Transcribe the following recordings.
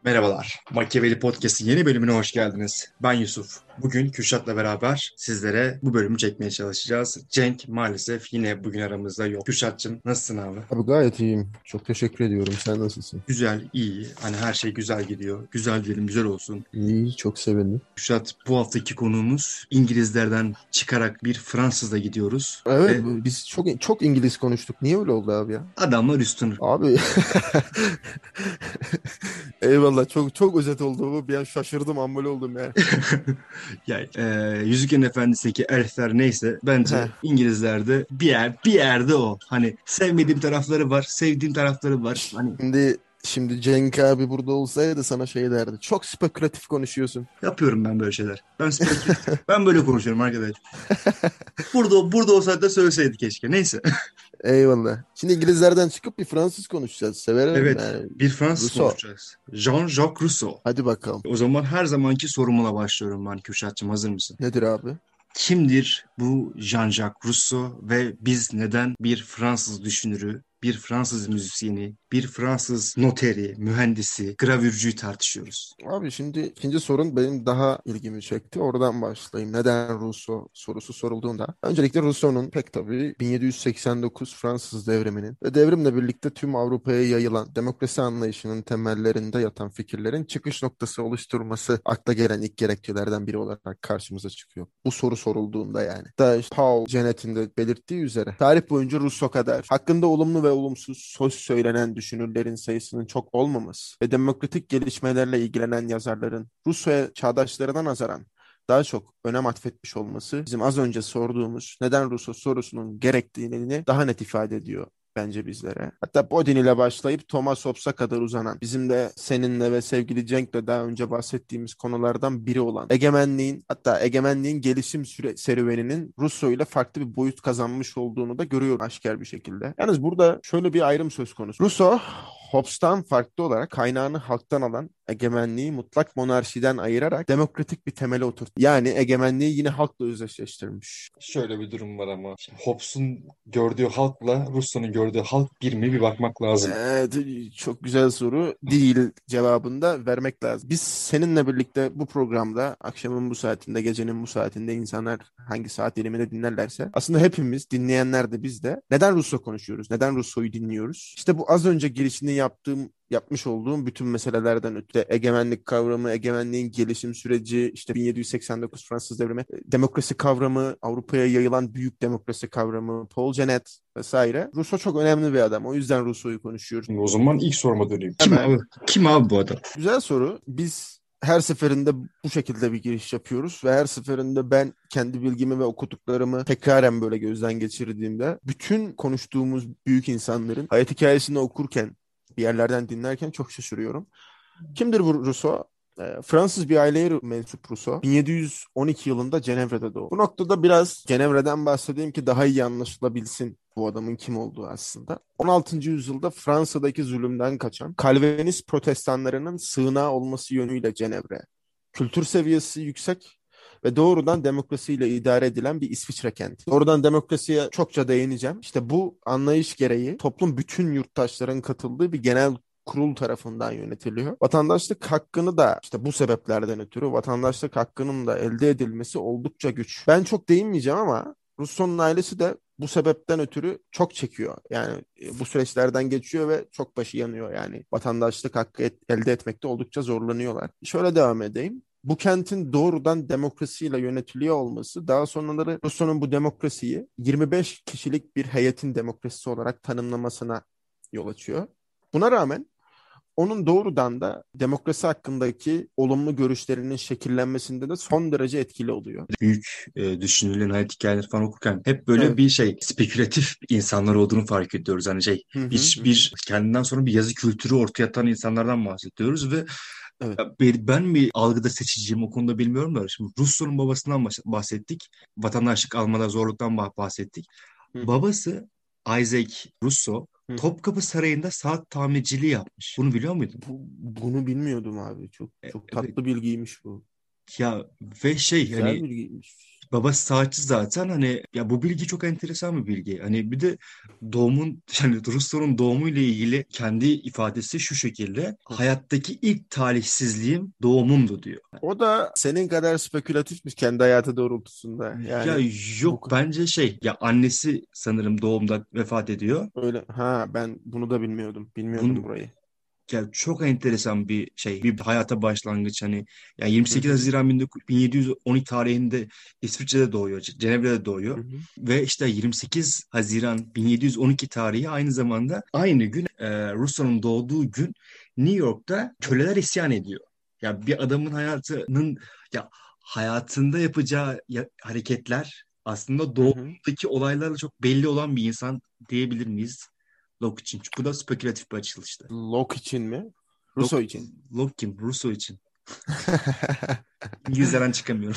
Merhabalar. Machiavelli Podcast'in yeni bölümüne hoş geldiniz. Ben Yusuf. Bugün Kürşat'la beraber sizlere bu bölümü çekmeye çalışacağız. Cenk maalesef yine bugün aramızda yok. Kürşat'cığım nasılsın abi? Abi gayet iyiyim. Çok teşekkür ediyorum. Sen nasılsın? Güzel, iyi. Hani her şey güzel gidiyor. Güzel diyelim, güzel olsun. İyi, çok sevindim. Kürşat, bu haftaki konuğumuz İngilizlerden çıkarak bir Fransız'a gidiyoruz. Evet, Ve biz çok çok İngiliz konuştuk. Niye öyle oldu abi ya? adamlar üstün. Abi eyvallah, çok çok özet oldu bu. Bir an şaşırdım, ambal oldum yani. Yani, Yüzüklerin Efendisi'ndeki elfler neyse bence Heh, İngilizlerde bir yerde o. Hani sevmediğim tarafları var, sevdiğim tarafları var. Hani şimdi Cenk abi burada olsaydı sana şey derdi. Çok spekülatif konuşuyorsun. yapıyorum ben böyle şeyler. Ben böyle konuşuyorum arkadaş. Burada olsaydı da söyleseydi keşke. Neyse. Eyvallah. Şimdi İngilizlerden çıkıp bir Fransız konuşacağız. Severim Evet, yani. bir Fransız Rousseau. konuşacağız. Jean-Jacques Rousseau. Hadi bakalım. O zaman her zamanki sorumla başlıyorum ben Kürşat'cığım. Hazır mısın? Nedir abi? Kimdir bu Jean-Jacques Rousseau ve biz neden bir Fransız düşünürü, bir Fransız müzisyeni, bir Fransız noteri, mühendisi, gravürcüyü tartışıyoruz? Abi şimdi ikinci sorun benim daha ilgimi çekti. Oradan başlayayım. Neden Rousseau sorusu sorulduğunda. Öncelikle Rousseau'nun pek tabii 1789 Fransız devriminin ve devrimle birlikte tüm Avrupa'ya yayılan demokrasi anlayışının temellerinde yatan fikirlerin çıkış noktası oluşturması akla gelen ilk gerekçelerden biri olarak karşımıza çıkıyor. Bu soru sorulduğunda yani. Da işte Paul Genet'in de belirttiği üzere tarih boyunca Rousseau kadar hakkında olumlu ve olumsuz söz söylenen düşünürlerin sayısının çok olmaması ve demokratik gelişmelerle ilgilenen yazarların Rousseau'ya çağdaşlarına nazaran daha çok önem atfetmiş olması bizim az önce sorduğumuz neden Rousseau sorusunun gerektiğini daha net ifade ediyor bence bizlere. Hatta Bodin ile başlayıp Thomas Hobbes'a kadar uzanan, bizim de seninle ve sevgili Cenk'le daha önce bahsettiğimiz konulardan biri olan egemenliğin gelişim serüveninin Rousseau ile farklı bir boyut kazanmış olduğunu da görüyorum aşikar bir şekilde. Yalnız burada şöyle bir ayrım söz konusu. Rousseau, Hobbes'tan farklı olarak kaynağını halktan alan egemenliği mutlak monarşiden ayırarak demokratik bir temele oturttu. Yani egemenliği yine halkla özdeşleştirmiş. Şöyle bir durum var ama. Şimdi Hobbes'un gördüğü halkla Rousseau'nun gördüğü halk bir mi bir bakmak lazım. Evet, çok güzel soru. Değil cevabını da vermek lazım. Biz seninle birlikte bu programda akşamın bu saatinde, gecenin bu saatinde insanlar hangi saat diliminde dinlerlerse aslında hepimiz, dinleyenler de biz de neden Rousseau konuşuyoruz? Neden Rousseau'yu dinliyoruz? İşte bu az önce girişini yapmış olduğum bütün meselelerden öte egemenlik kavramı, egemenliğin gelişim süreci, işte 1789 Fransız devrimi, demokrasi kavramı, Avrupa'ya yayılan büyük demokrasi kavramı, Paul Genet vesaire. Rousseau çok önemli bir adam. O yüzden Rousseau'yu konuşuyoruz. Şimdi o zaman ilk soruma döneyim. Kim abi? Hemen. Kim abi bu adam? Güzel soru. Biz her seferinde bu şekilde bir giriş yapıyoruz ve her seferinde ben kendi bilgimi ve okuduklarımı tekraren böyle gözden geçirdiğimde bütün konuştuğumuz büyük insanların hayat hikayesini okurken bir yerlerden dinlerken çok şaşırıyorum. Kimdir bu Rousseau? Fransız bir aileye mensup Rousseau. 1712 yılında Cenevre'de doğdu. Bu noktada biraz Cenevre'den bahsedeyim ki daha iyi anlaşılabilsin bu adamın kim olduğu aslında. 16. yüzyılda Fransa'daki zulümden kaçan Calvinist protestanlarının sığınağı olması yönüyle Cenevre. Kültür seviyesi yüksek ve doğrudan demokrasiyle idare edilen bir İsviçre kenti. Doğrudan demokrasiye çokça değineceğim. İşte bu anlayış gereği toplum bütün yurttaşların katıldığı bir genel kurul tarafından yönetiliyor. Vatandaşlık hakkını da işte bu sebeplerden ötürü vatandaşlık hakkının da elde edilmesi oldukça güç. Ben çok değinmeyeceğim ama Rousseau'nun ailesi de bu sebepten ötürü çok çekiyor. Yani bu süreçlerden geçiyor ve çok başı yanıyor yani. Vatandaşlık hakkı elde etmekte oldukça zorlanıyorlar. Şöyle devam edeyim. Bu kentin doğrudan demokrasiyle yönetiliyor olması daha sonraları Rousseau'nun bu demokrasiyi 25 kişilik bir heyetin demokrasisi olarak tanımlamasına yol açıyor. Buna rağmen onun doğrudan da demokrasi hakkındaki olumlu görüşlerinin şekillenmesinde de son derece etkili oluyor. Büyük düşünürlerin hayat hikayeleri falan okurken hep böyle Evet. bir şey spekülatif insanlar olduğunu fark ediyoruz. Hani şey Hı hı hı. Hı. bir kendinden sonra bir yazı kültürü ortaya atan insanlardan bahsediyoruz ve Evet. ben mi algıda seçiciyim o konuda bilmiyorum da şimdi Rousseau'nun babasından bahsettik. Vatandaşlık almada zorluktan bahsettik. Hı hı. Babası Isaac Rousseau Hı hı. Topkapı Sarayı'nda saat tamirciliği yapmış. Bunu biliyor muydun? Bunu bilmiyordum abi. Çok çok Evet. tatlı bilgiymiş bu. Ya ve şey Güzel hani bilgiymiş. Babası saatçi zaten, hani ya bu bilgi çok enteresan bir bilgi. Hani bir de doğumun yani Rusların doğumuyla ilgili kendi ifadesi şu şekilde: hayattaki ilk talihsizliğim doğumumdu diyor. O da senin kadar spekülatifmiş kendi hayatı doğrultusunda. Ya Yani bu yok, bence şey, ya annesi sanırım doğumda vefat ediyor. öyle. Ha, ben bunu da bilmiyordum. Bilmiyordum Bunu, burayı. ya çok enteresan bir şey, bir hayata başlangıç hani. Yani Hı 28 hı. Haziran 1712 tarihinde İsviçre'de doğuyor, Cenevre'de Hı doğuyor. hı. Ve işte 28 Haziran 1712 tarihi aynı zamanda aynı gün, Rusya'nın doğduğu gün New York'ta köleler isyan ediyor. Ya bir adamın hayatının, ya hayatında yapacağı hareketler aslında Hı hı. doğumdaki olaylarla çok belli olan bir insan diyebilir miyiz Locke için? Bu da spekülatif bir açılıştı. Locke için mi? Locke, Rousseau için. Locke kim? Rousseau için. İngilizceden çıkamıyorum.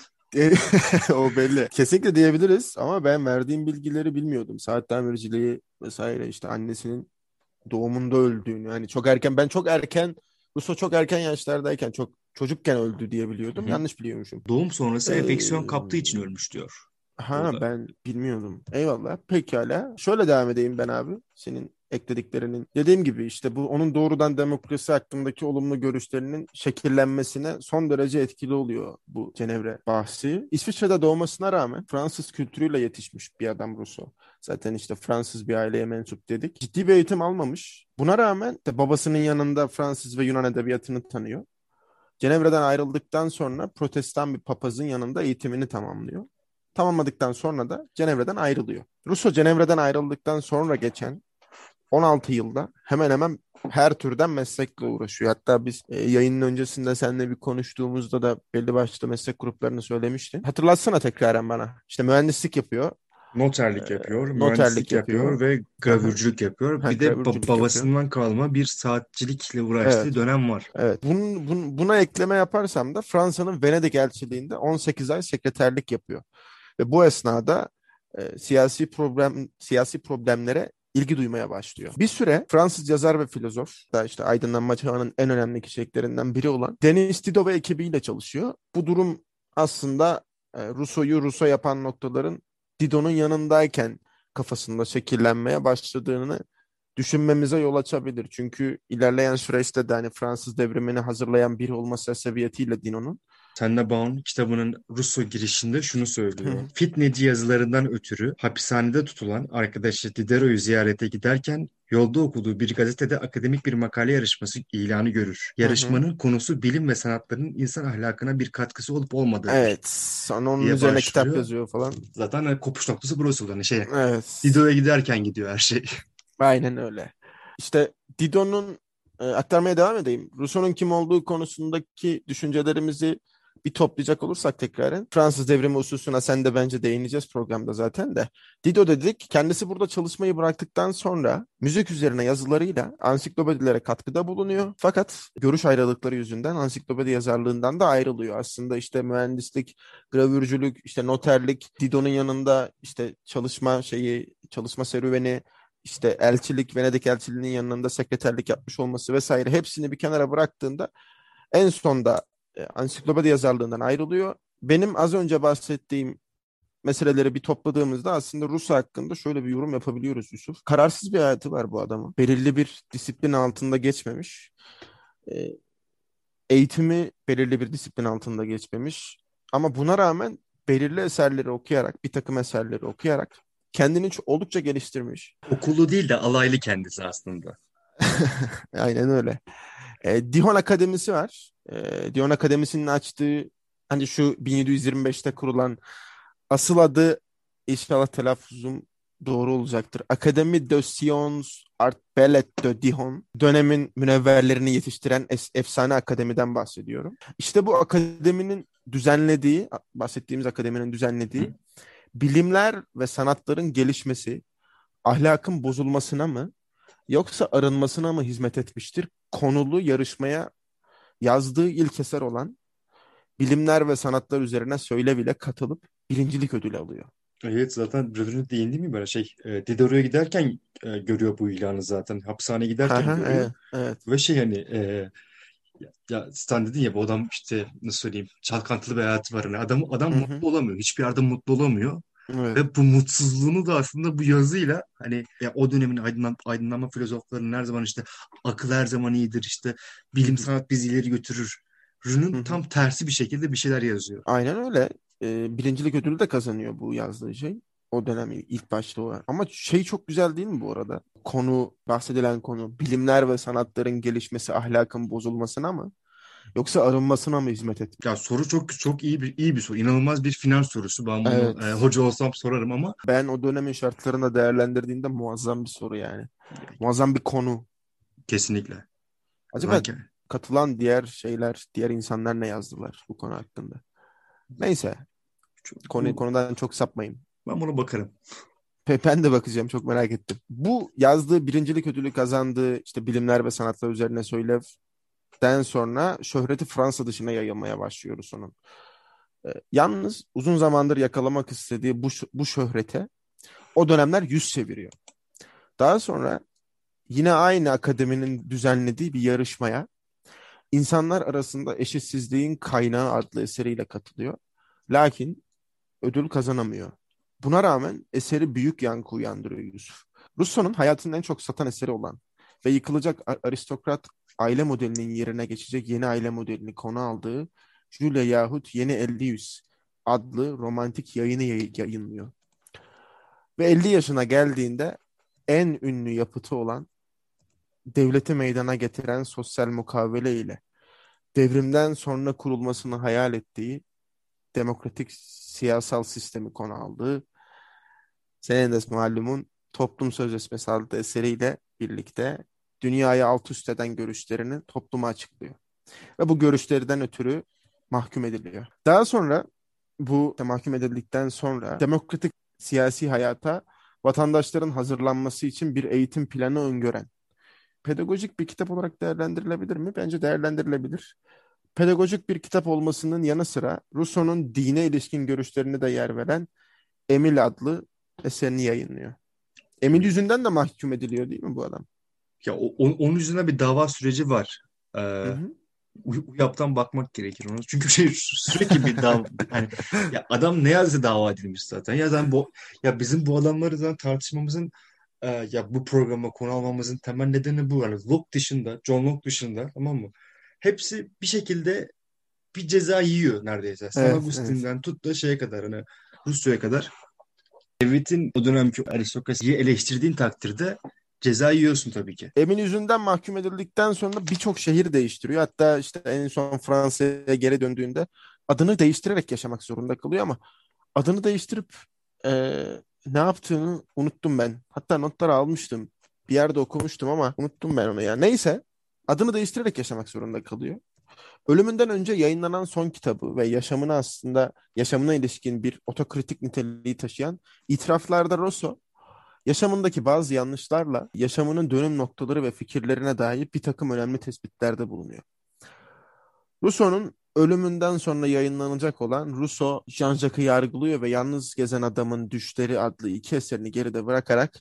O belli. Kesinlikle diyebiliriz ama ben verdiğim bilgileri bilmiyordum. Saat tamirciliği vesaire, işte annesinin doğumunda öldüğünü. Yani çok erken, ben çok erken, Rousseau çok erken yaşlardayken, çok çocukken öldü diye Hı biliyordum. hı. Yanlış biliyormuşum. Doğum sonrası enfeksiyon Ee, kaptığı için ölmüş diyor ha, burada. ben bilmiyordum. Eyvallah. Pekala. Şöyle devam edeyim ben abi. Senin eklediklerinin. Dediğim gibi işte bu onun doğrudan demokrasi hakkındaki olumlu görüşlerinin şekillenmesine son derece etkili oluyor bu Cenevre bahsi. İsviçre'de doğmasına rağmen Fransız kültürüyle yetişmiş bir adam Rousseau. Zaten işte Fransız bir aileye mensup dedik. Ciddi bir eğitim almamış. Buna rağmen de babasının yanında Fransız ve Yunan edebiyatını tanıyor. Cenevre'den ayrıldıktan sonra Protestan bir papazın yanında eğitimini tamamlıyor. Tamamladıktan sonra da Cenevre'den ayrılıyor. Rousseau Cenevre'den ayrıldıktan sonra geçen 16 yılda hemen hemen her türden meslekle uğraşıyor. Hatta biz yayının öncesinde seninle bir konuştuğumuzda da belli başlı meslek gruplarını söylemiştin. Hatırlatsana tekraren bana. İşte mühendislik yapıyor, e, Noterlik yapıyor, noterlik mühendislik yapıyor yapıyor, ve aha, gravürcülük yapıyor. ha, Bir de gravürcülük yapıyor. babasından kalma bir saatçilikle uğraştığı Evet. dönem var. Evet. Buna ekleme yaparsam da Fransa'nın Venedik elçiliğinde 18 ay sekreterlik yapıyor. Ve bu esnada siyasi problemlere ilgi duymaya başlıyor. Bir süre Fransız yazar ve filozof da işte aydınlanma çağının en önemli kişiliklerinden biri olan Denis Diderot ve ekibiyle çalışıyor. Bu durum aslında Rousseau'yu Rousseau yapan noktaların Diderot'un yanındayken kafasında şekillenmeye başladığını düşünmemize yol açabilir. Çünkü ilerleyen süreçte de hani Fransız devrimini hazırlayan biri olması sebebiyetiyle Dino'nun. Tenne Baum kitabının Russo girişinde şunu söylüyor: Fitneci yazılarından ötürü hapishanede tutulan arkadaşı Diderot'u ziyarete giderken yolda okuduğu bir gazetede akademik bir makale yarışması ilanı görür. Yarışmanın konusu bilim ve sanatların insan ahlakına bir katkısı olup olmadığıdır Evet. Sonra onun diye üzerine kitap başlıyor. yazıyor falan. Zaten hani kopuş noktası burası oluyor. Hani şey, Evet. Diderot'a giderken gidiyor her şey. Aynen öyle. İşte Dido'nun aktarmaya devam edeyim. Rousseau'nun kim olduğu konusundaki düşüncelerimizi bir toplayacak olursak tekraren. Fransız devrimi hususuna sen de bence değineceğiz programda zaten de. Dido dedik. Kendisi burada çalışmayı bıraktıktan sonra müzik üzerine yazılarıyla ansiklopedilere katkıda bulunuyor. Fakat görüş ayrılıkları yüzünden ansiklopedi yazarlığından da ayrılıyor. Aslında işte mühendislik, gravürcülük, işte noterlik, Dido'nun yanında işte çalışma serüveni, işte elçilik, Venedik elçiliğinin yanında sekreterlik yapmış olması vesaire hepsini bir kenara bıraktığında en sonda ansiklopedi yazarlığından ayrılıyor. Benim az önce bahsettiğim meseleleri bir topladığımızda aslında Rus hakkında şöyle bir yorum yapabiliyoruz Yusuf. Kararsız bir hayatı var bu adamın. Belirli bir disiplin altında geçmemiş. E, Eğitimi belirli bir disiplin altında geçmemiş. Ama buna rağmen belirli eserleri okuyarak, bir takım eserleri okuyarak kendini oldukça geliştirmiş. Okullu değil de alaylı kendisi aslında. Aynen öyle. Dihon Akademisi var. Dihon Akademisi'nin açtığı, hani şu 1725'te kurulan, asıl adı inşallah telaffuzum doğru olacaktır, Académie de Sciences Art Belles de Dijon. Dönemin münevverlerini yetiştiren efsane akademiden bahsediyorum. İşte bu akademinin düzenlediği, bahsettiğimiz akademinin düzenlediği bilimler ve sanatların gelişmesi, ahlakın bozulmasına mı yoksa arınmasına mı hizmet etmiştir? Konulu yarışmaya yazdığı ilk eser olan bilimler ve sanatlar üzerine söyle bile katılıp birincilik ödülü alıyor. Evet, zaten biraz önce değindi mi böyle şey, Diderot'a giderken görüyor bu ilanı zaten. Hapishaneye Ha giderken ha, görüyor. evet, evet. Ve şey hani, Ya sen dedin ya, bu adam işte nasıl söyleyeyim, çalkantılı bir hayatı var. Hani adam Hı hı. mutlu olamıyor. Hiçbir yerde mutlu olamıyor. Evet. Ve bu mutsuzluğunu da aslında bu yazıyla, hani ya o dönemin aydınlanma filozoflarının her zaman işte akıl her zaman iyidir, işte Hı bilim hı. sanat bizi ileri götürür. Hı Rünün hı. tam tersi bir şekilde bir şeyler yazıyor. Aynen öyle. Birincilik ödülü de kazanıyor bu yazdığı şey. O dönem ilk başta o. Ama şey çok güzel değil mi bu arada? Bahsedilen konu bilimler ve sanatların gelişmesi ahlakın bozulmasına mı? Yoksa arınmasına mı hizmet etmiş? Ya soru çok çok iyi bir soru. İnanılmaz bir final sorusu. Ben bunu Evet. hoca olsam sorarım ama Ben o dönemin şartlarında değerlendirdiğimde muazzam bir soru yani. Muazzam bir konu. kesinlikle. Acaba Zaten katılan diğer insanlar ne yazdılar bu konu hakkında? Neyse, bu, konudan çok sapmayayım. ben buna bakarım. Ben de bakacağım, çok merak ettim. Bu yazdığı birincilik ödülü kazandığı işte bilimler ve sanatlar üzerine söylevden sonra şöhreti Fransa dışına yayılmaya başlıyoruz onun. Yalnız uzun zamandır yakalamak istediği bu şöhrete o dönemler yüz çeviriyor. Daha sonra yine aynı akademinin düzenlediği bir yarışmaya İnsanlar Arasında Eşitsizliğin Kaynağı adlı eseriyle katılıyor. Lakin ödül kazanamıyor. Buna rağmen eseri büyük yankı uyandırıyor Yusuf. Rousseau'nun hayatının en çok satan eseri olan ve yıkılacak aristokrat aile modelinin yerine geçecek yeni aile modelini konu aldığı Julia yahut Yeni 50 adlı romantik yayını yayınlıyor. Ve 50 yaşına geldiğinde en ünlü yapıtı olan devleti meydana getiren sosyal mukavele ile devrimden sonra kurulmasını hayal ettiği demokratik siyasal sistemi konu aldığı senin de malumun Toplum Sözleşmesi adlı eseriyle birlikte dünyayı alt üst eden görüşlerini topluma açıklıyor. Ve bu görüşlerden ötürü mahkum ediliyor. Daha sonra bu mahkum edildikten sonra demokratik siyasi hayata vatandaşların hazırlanması için bir eğitim planı öngören pedagojik bir kitap olarak değerlendirilebilir mi? Bence değerlendirilebilir. Pedagojik bir kitap olmasının yanı sıra Rousseau'nun dine ilişkin görüşlerini de yer veren Emil adlı eserini yayınlıyor. Emil yüzünden de mahkum ediliyor değil mi bu adam? Ya onun yüzünden bir dava süreci var. Hı Ee, hı. Uyaptan bakmak gerekir ona. Çünkü sürekli bir hani ya adam ne yazdı, dava edilmiş zaten. Ya bizim bu adamları zaten tartışmamızın, ya bu programa konu almamızın temel nedeni bu. Yani Locke dışında, John Locke dışında, tamam mı? Hepsi bir şekilde bir ceza yiyor neredeyse. San Evet, evet. Agustin'den tut da şeye kadar, hani Rusya'ya kadar. Devletin o dönemki aristokrasiyi eleştirdiğin takdirde ceza yiyorsun tabii ki. Emil yüzünden mahkum edildikten sonra birçok şehir değiştiriyor. Hatta işte en son Fransa'ya geri döndüğünde adını değiştirerek yaşamak zorunda kalıyor ama adını değiştirip ne yaptığını unuttum ben. Hatta notları almıştım. Bir yerde okumuştum ama unuttum ben onu ya. Neyse, adını değiştirerek yaşamak zorunda kalıyor. Ölümünden önce yayınlanan son kitabı ve yaşamına ilişkin bir otokritik niteliği taşıyan İtiraflarda Rousseau, yaşamındaki bazı yanlışlarla yaşamının dönüm noktaları ve fikirlerine dair bir takım önemli tespitlerde bulunuyor. Rousseau'nun ölümünden sonra yayınlanacak olan Rousseau, Jean-Jacques'ı yargılıyor ve Yalnız Gezen Adamın Düşleri adlı iki eserini geride bırakarak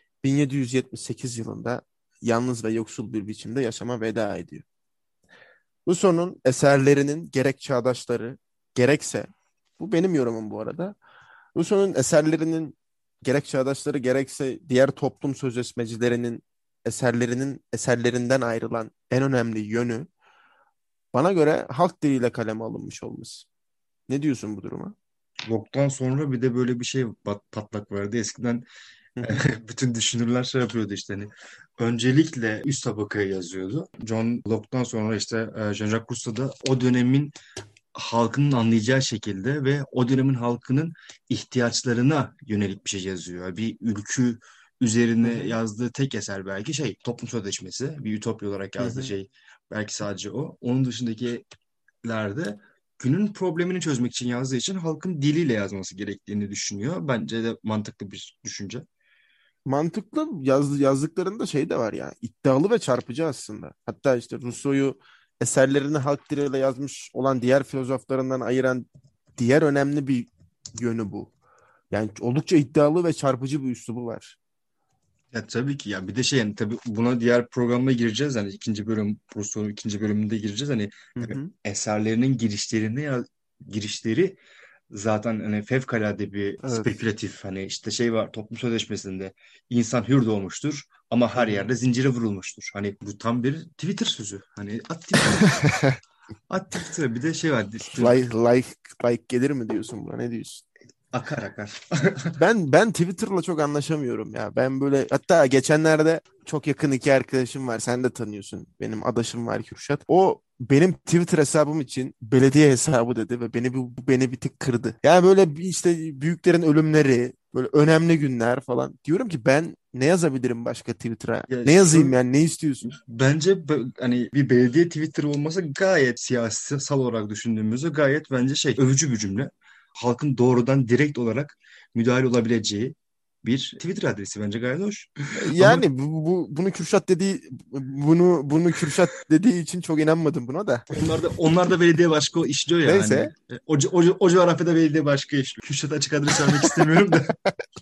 1778 yılında yalnız ve yoksul bir biçimde yaşama veda ediyor. Rousseau'nun eserlerinin gerek çağdaşları gerekse, bu benim yorumum bu arada, Rousseau'nun eserlerinin gerek çağdaşları gerekse diğer toplum sözleşmecilerinin eserlerinden ayrılan en önemli yönü bana göre halk diliyle kaleme alınmış olması. Ne diyorsun bu duruma? Locke'dan sonra bir de böyle bir şey patlak verdi. Eskiden Hı hı, bütün düşünürler şey yapıyordu işte, hani öncelikle üst tabakaya yazıyordu. John Locke'dan sonra işte Jean-Jacques Rousseau da o dönemin halkının anlayacağı şekilde ve o dönemin halkının ihtiyaçlarına yönelik bir şey yazıyor. Bir ülkü hı üzerine hı, yazdığı tek eser belki şey Toplum Sözleşmesi. Bir ütopya olarak hı yazdığı hı. şey belki sadece o. Onun dışındakilerde günün problemini çözmek için yazdığı için halkın diliyle yazması gerektiğini düşünüyor. Bence de mantıklı bir düşünce. Mantıklı yazdıklarında şey de var ya, iddialı ve çarpıcı aslında. Hatta işte Rousseau'yu eserlerini halk diliyle yazmış olan diğer filozoflarından ayıran diğer önemli bir yönü bu. Yani oldukça iddialı ve çarpıcı bir üslubu var. Ya tabii ki, ya bir de şey, yani tabii buna diğer programda gireceğiz, hani ikinci bölüm, Rousseau'nun ikinci bölümünde gireceğiz, hani Hı yani hı. eserlerinin girişlerinde ya girişleri zaten hani fevkalade bir Evet. spekülatif, hani işte şey var toplum sözleşmesinde, insan hür doğmuştur ama Hı her hı. yerde zincire vurulmuştur. Hani bu tam bir Twitter sözü. Hani at Twitter'a. At Twitter'a, bir de şey var işte, Like gelir mi diyorsun buna? Ne diyorsun? akar akar. Ben Twitter'la çok anlaşamıyorum ya. Ben böyle, hatta geçenlerde çok yakın iki arkadaşım var. Sen de tanıyorsun. Benim adaşım var, Kürşat. O benim Twitter hesabım için belediye hesabı dedi ve bu beni bir tık kırdı. Yani böyle işte büyüklerin ölümleri, böyle önemli günler falan. Diyorum ki ben ne yazabilirim başka Twitter'a? Ya Ne yazayım şu, yani, ne istiyorsun? bence hani bir belediye Twitter olması gayet siyasal olarak düşündüğümüzde gayet bence şey, övücü bir cümle. Halkın doğrudan direkt olarak müdahale olabileceği bir Twitter adresi bence gayet hoş. Ama Yani bunu Kürşat dediği için çok inanmadım buna da. onlar da belediye başkanı işliyor ya, hani Neyse. o coğrafyada belediye başkanı işliyor. Kürşat'a açık adres vermek istemiyorum da.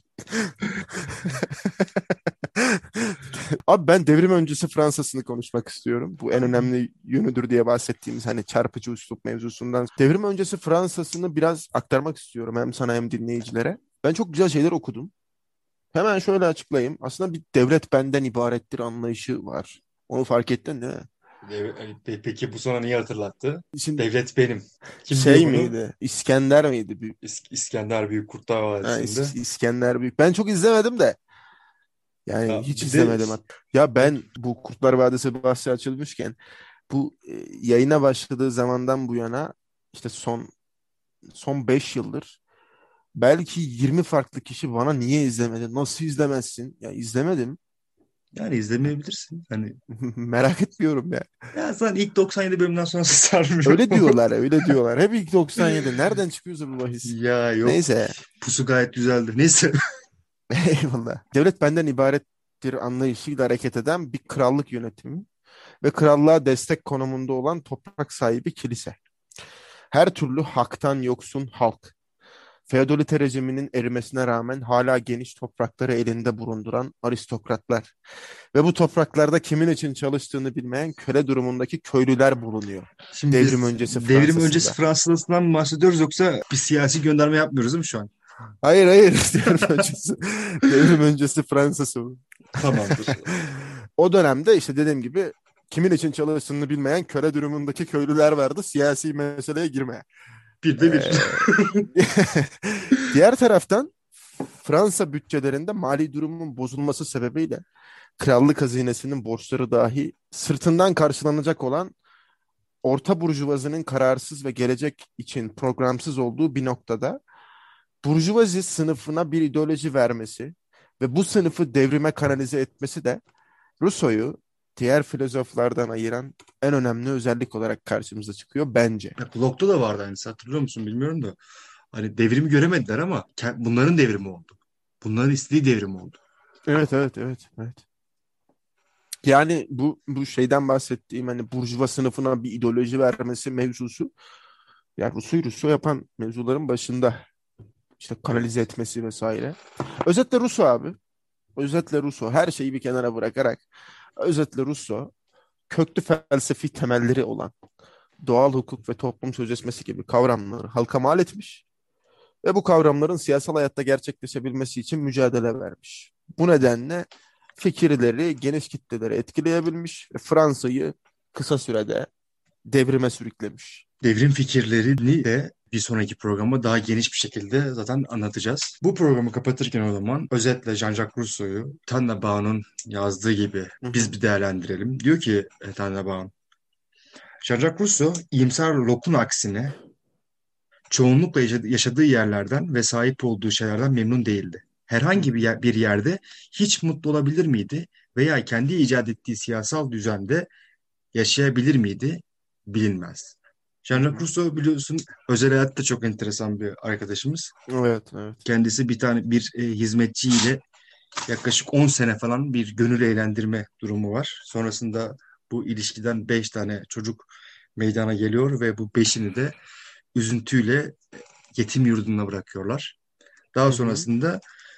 Abi ben devrim öncesi Fransa'sını konuşmak istiyorum. Bu en önemli yönüdür diye bahsettiğimiz hani çarpıcı üslup mevzusundan. Devrim öncesi Fransa'sını biraz aktarmak istiyorum hem sana hem dinleyicilere. Ben çok güzel şeyler okudum. Hemen şöyle açıklayayım. Aslında bir devlet benden ibarettir anlayışı var. Onu fark ettin değil mi? Peki bu sana niye hatırlattı? Şimdi Devlet benim. Kim diyor şey bunu? miydi? İskender miydi? İskender Büyük Kurtlar Ha, Vadisi'nde. İskender Büyük. Ben çok izlemedim de. Yani Ya hiç bir de izlemedim hatta. Ya o ben bu Kurtlar Vadisi bahsi açılmışken bu yayına başladığı zamandan bu yana işte son 5 yıldır belki 20 farklı kişi bana niye izlemedin? Nasıl izlemezsin? Ya izlemedim. yani izlemeyebilirsin. Hani Merak etmiyorum ya. ya zaten ilk 97 bölümden sonrası sarmıyor. Öyle diyorlar, öyle diyorlar. Hep ilk 97. Nereden çıkıyorsa bu bahis? Ya yok. Neyse. Pusu gayet güzeldi. Neyse. Eyvallah. Devlet benden ibarettir anlayışıyla hareket eden bir krallık yönetimi ve krallığa destek konumunda olan toprak sahibi kilise. Her türlü haktan yoksun halk. Feodalite rejiminin erimesine rağmen hala geniş toprakları elinde bulunduran aristokratlar ve bu topraklarda kimin için çalıştığını bilmeyen köle durumundaki köylüler bulunuyor. Şimdi Devrim biz öncesi devrim öncesi Fransa'sında. Fransız'dan mı bahsediyoruz, yoksa bir siyasi gönderme yapmıyoruz değil mi şu an? Hayır hayır, devrim öncesi Fransa'sı bu. Tamamdır. O dönemde işte dediğim gibi kimin için çalıştığını bilmeyen köle durumundaki köylüler vardı. Siyasi meseleye girme. Bir de bir. Ee, Diğer taraftan Fransa bütçelerinde mali durumun bozulması sebebiyle krallık hazinesinin borçları dahi sırtından karşılanacak olan orta burjuvazinin kararsız ve gelecek için programsız olduğu bir noktada burjuvazi sınıfına bir ideoloji vermesi ve bu sınıfı devrime kanalize etmesi de Rousseau'yu diğer filozoflardan ayıran en önemli özellik olarak karşımıza çıkıyor bence. Ya, Blok'ta da vardı aynısı, hatırlıyor musun bilmiyorum da. Hani devrimi göremediler ama bunların devrimi oldu. Bunların istediği devrim oldu. Evet evet evet evet. Yani bu şeyden bahsettiğim hani burjuva sınıfına bir ideoloji vermesi mevzusu, yani Rousseau yapan mevzuların başında, işte kanalize Evet. etmesi vesaire. Özetle Rousseau abi. Özetle Rousseau. Her şeyi bir kenara bırakarak özetle Rousseau köklü felsefi temelleri olan doğal hukuk ve toplum sözleşmesi gibi kavramları halka mal etmiş ve bu kavramların siyasal hayatta gerçekleşebilmesi için mücadele vermiş. Bu nedenle fikirleri geniş kitleleri etkileyebilmiş ve Fransa'yı kısa sürede devrime sürüklemiş. Devrim fikirlerini de bir sonraki programa daha geniş bir şekilde zaten anlatacağız. Bu programı kapatırken o zaman özetle Jean-Jacques Rousseau'yu Tannabaum'un yazdığı gibi Hı biz hı, bir değerlendirelim. Diyor ki Tannabaum, Jean-Jacques Rousseau iyimser Locke'un aksine çoğunlukla yaşadığı yerlerden ve sahip olduğu şeylerden memnun değildi. hı Herhangi hı, bir yerde hiç mutlu olabilir miydi veya kendi icat ettiği siyasal düzende yaşayabilir miydi? Bilinmez. hı Jean-Jacques hı. Rousseau biliyorsun özel hayatta çok enteresan bir arkadaşımız. Evet, evet. Kendisi bir hizmetçiyle yaklaşık 10 sene falan bir gönül eğlendirme durumu var. Sonrasında bu ilişkiden 5 tane çocuk meydana geliyor ve bu beşini de üzüntüyle yetim yurduna bırakıyorlar. Hı Daha hı, sonrasında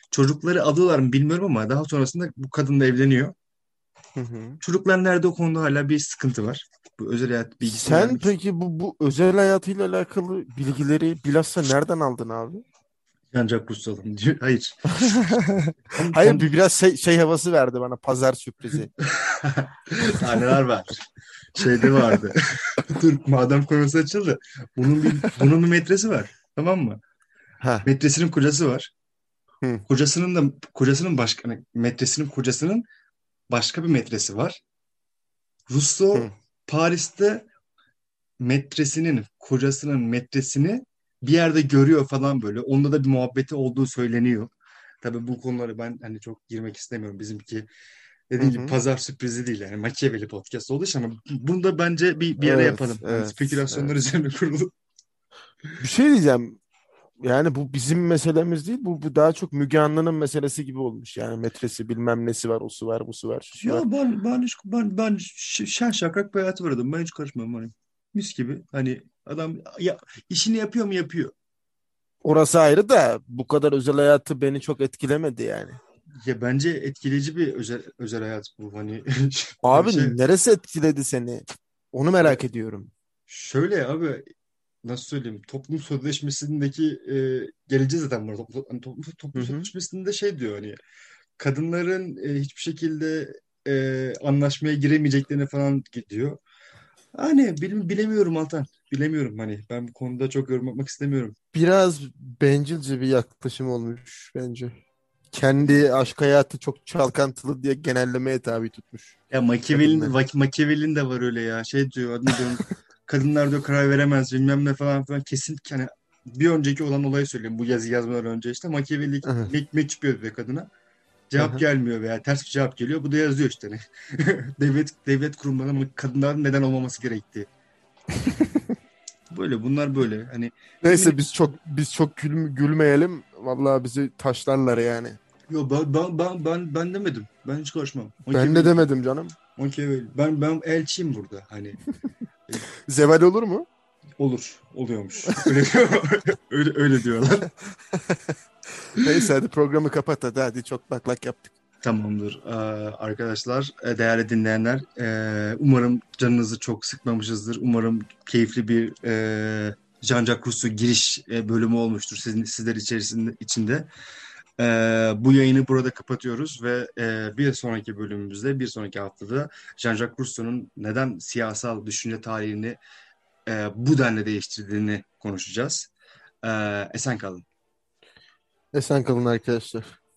Çocukları alıyorlar mı bilmiyorum ama daha sonrasında bu kadınla evleniyor. Hı hı. Çocuklar nerede, o konuda hala bir sıkıntı var. Bu özel hayat bilgisini Sen vermek istiyorum. peki bu özel hayatıyla alakalı bilgileri bilhassa nereden aldın abi? Ancak Rusya'dan diyor. Hayır. Hayır, biraz şey havası verdi bana, pazar sürprizi. Daha neler var. Şeyde vardı. Dur, madem konusu açıldı. Bunun bir metresi var. Tamam mı? Ha. Metresinin kocası var. Hı, Kocasının başka, hani metresinin kocasının başka bir metresi var. Russo hı, Paris'te metresinin kocasının metresini bir yerde görüyor falan böyle. Onda da bir muhabbeti olduğu söyleniyor. Tabii bu konuları ben hani çok girmek istemiyorum. Bizimki hı dediğim gibi hı. pazar sürprizi değil, yani Machiavelli podcast olduğu için, ama bunu da bence bir ara Evet, yapalım. Hani evet, spekülasyonlar evet. üzerine kurulu. Bir şey diyeceğim. Yani bu bizim meselemiz değil. Bu daha çok Müge Anlı'nın meselesi gibi olmuş. Yani metresi bilmem nesi var, o su var, bu su var, şu su var. Ya şen şakrak bir hayatı var adam. Ben hiç karışmam hani. Mis gibi. Hani adam ya, işini yapıyor mu yapıyor. Orası ayrı da bu kadar özel hayatı beni çok etkilemedi yani. Ya bence etkileyici bir özel hayat bu. Hani hani şey Abi neresi etkiledi seni? Onu ya merak ediyorum. şöyle abi, nasıl söyleyeyim, toplum sözleşmesindeki geleceğiz zaten burada. Hani Hı toplum hı. sözleşmesinde şey diyor, hani kadınların hiçbir şekilde anlaşmaya giremeyeceklerini falan diyor. Hani bilemiyorum Altan. Bilemiyorum, hani ben bu konuda çok yorum yapmak istemiyorum. Biraz bencilce bir yaklaşım olmuş bence. Kendi aşk hayatı çok çalkantılı diye genellemeye tabi tutmuş Ya kadınları. Machiavelli'nin de var öyle ya. Şey diyor, adını diyorum. Kadınlar diyor karar veremez bilmem ne falan filan. Kesin hani bir önceki olan olayı söyleyeyim. Bu yazı yazmadan önce işte Machiavelli Hı hı, mektup yazıyor kadına. hı Cevap hı. gelmiyor veya ters bir cevap geliyor. Bu da yazıyor işte. Hani. Devlet kurumlarının kadınların neden olmaması gerektiği. Böyle bunlar böyle. Hani Neyse biz çok gülmeyelim. Vallahi bizi taşlarlar yani. yo, ben demedim. Ben hiç karışmam. Ben de demedim canım. Machiavelli. Ben elçiyim burada. Hani e, Zeval olur mu? oluyormuş. Öyle diyor. Öyle diyorlar. Neyse hadi programı kapat hadi çok baklak yaptık. Tamamdır. Arkadaşlar, değerli dinleyenler, umarım canınızı çok sıkmamışızdır. Umarım keyifli bir Jean-Jacques Rousseau giriş bölümü olmuştur sizler içinde. Bu yayını burada kapatıyoruz ve bir sonraki bölümümüzde, bir sonraki haftada Jean-Jacques Rousseau'nun neden siyasal düşünce tarihini bu denli değiştirdiğini konuşacağız. Esen kalın. Esen kalın arkadaşlar.